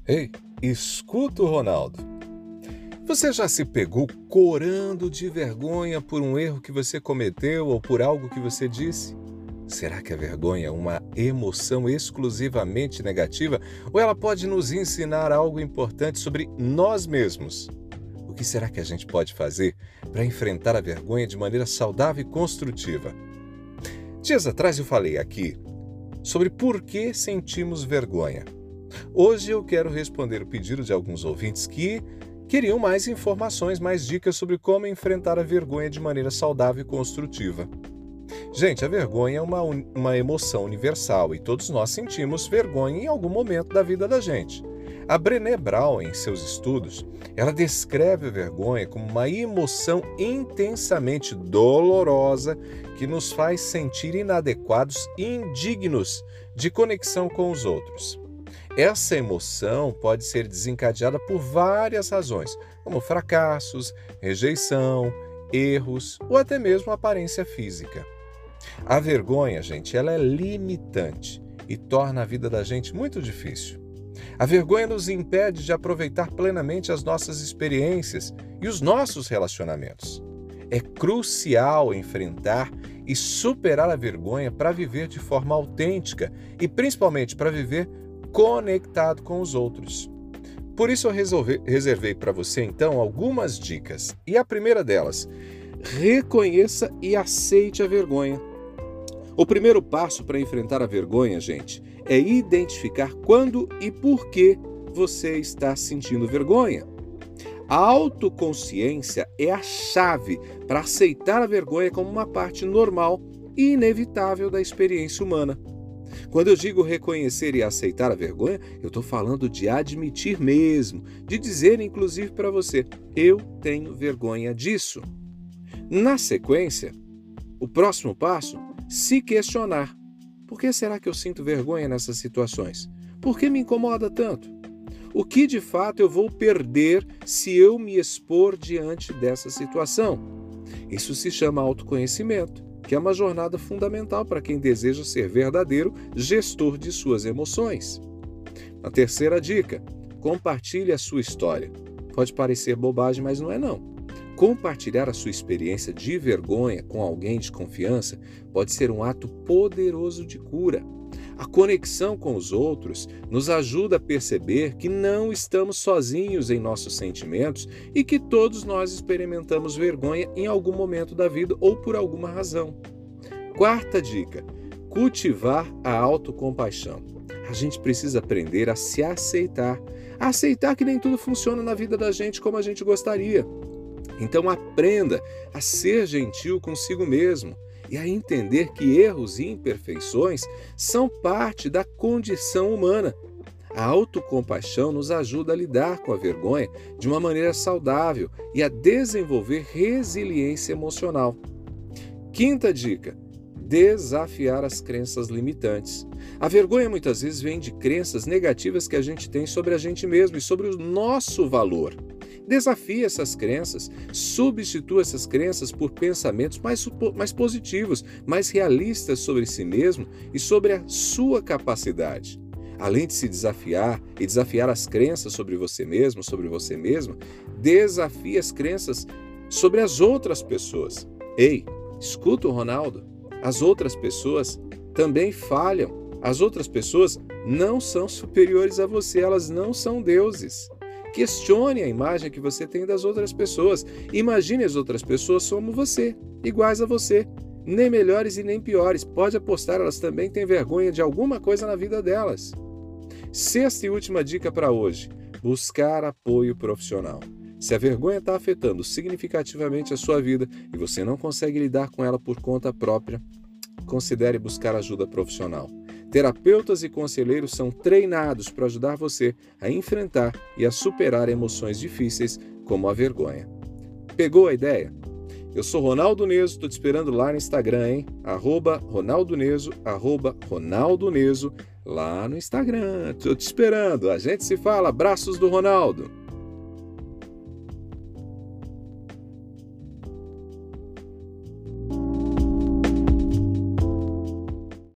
Ei, escuta o Ronaldo. Você já se pegou corando de vergonha por um erro que você cometeu ou por algo que você disse? Será que a vergonha é uma emoção exclusivamente negativa ou ela pode nos ensinar algo importante sobre nós mesmos? O que será que a gente pode fazer para enfrentar a vergonha de maneira saudável e construtiva? Dias atrás eu falei aqui sobre por que sentimos vergonha. Hoje eu quero responder o pedido de alguns ouvintes que queriam mais informações, mais dicas sobre como enfrentar a vergonha de maneira saudável e construtiva. Gente, a vergonha é uma emoção universal e todos nós sentimos vergonha em algum momento da vida da gente. A Brené Brown, em seus estudos, ela descreve a vergonha como uma emoção intensamente dolorosa que nos faz sentir inadequados e indignos de conexão com os outros. Essa emoção pode ser desencadeada por várias razões, como fracassos, rejeição, erros ou até mesmo aparência física. A vergonha, gente, ela é limitante e torna a vida da gente muito difícil. A vergonha nos impede de aproveitar plenamente as nossas experiências e os nossos relacionamentos. É crucial enfrentar e superar a vergonha para viver de forma autêntica e principalmente para viver conectado com os outros. Por isso eu reservei para você então algumas dicas. E a primeira delas, reconheça e aceite a vergonha. O primeiro passo para enfrentar a vergonha, gente, é identificar quando e por que você está sentindo vergonha. A autoconsciência é a chave para aceitar a vergonha como uma parte normal e inevitável da experiência humana. Quando eu digo reconhecer e aceitar a vergonha, eu estou falando de admitir mesmo, de dizer inclusive para você, eu tenho vergonha disso. Na sequência, o próximo passo, se questionar. Por que será que eu sinto vergonha nessas situações? Por que me incomoda tanto? O que de fato eu vou perder se eu me expor diante dessa situação? Isso se chama autoconhecimento, que é uma jornada fundamental para quem deseja ser verdadeiro gestor de suas emoções. A terceira dica, compartilhe a sua história. Pode parecer bobagem, mas não é não. Compartilhar a sua experiência de vergonha com alguém de confiança pode ser um ato poderoso de cura. A conexão com os outros nos ajuda a perceber que não estamos sozinhos em nossos sentimentos e que todos nós experimentamos vergonha em algum momento da vida ou por alguma razão. Quarta dica, cultivar a autocompaixão. A gente precisa aprender a se aceitar que nem tudo funciona na vida da gente como a gente gostaria. Então aprenda a ser gentil consigo mesmo e a entender que erros e imperfeições são parte da condição humana. A autocompaixão nos ajuda a lidar com a vergonha de uma maneira saudável e a desenvolver resiliência emocional. Quinta dica, desafiar as crenças limitantes. A vergonha muitas vezes vem de crenças negativas que a gente tem sobre a gente mesmo e sobre o nosso valor. Desafie essas crenças, substitua essas crenças por pensamentos mais positivos, mais realistas sobre si mesmo e sobre a sua capacidade. Além de se desafiar e desafiar as crenças sobre você mesmo, sobre você mesma, desafie as crenças sobre as outras pessoas. Ei, escuta o Ronaldo, as outras pessoas também falham. As outras pessoas não são superiores a você, elas não são deuses. Questione a imagem que você tem das outras pessoas. Imagine as outras pessoas como você, iguais a você, nem melhores e nem piores. Pode apostar, elas também têm vergonha de alguma coisa na vida delas. Sexta e última dica para hoje, buscar apoio profissional. Se a vergonha está afetando significativamente a sua vida e você não consegue lidar com ela por conta própria, considere buscar ajuda profissional. Terapeutas e conselheiros são treinados para ajudar você a enfrentar e a superar emoções difíceis como a vergonha. Pegou a ideia? Eu sou Ronaldo Neso, estou te esperando lá no Instagram, hein? @RonaldoNeso, @RonaldoNeso, lá no Instagram. Estou te esperando. A gente se fala. Abraços do Ronaldo.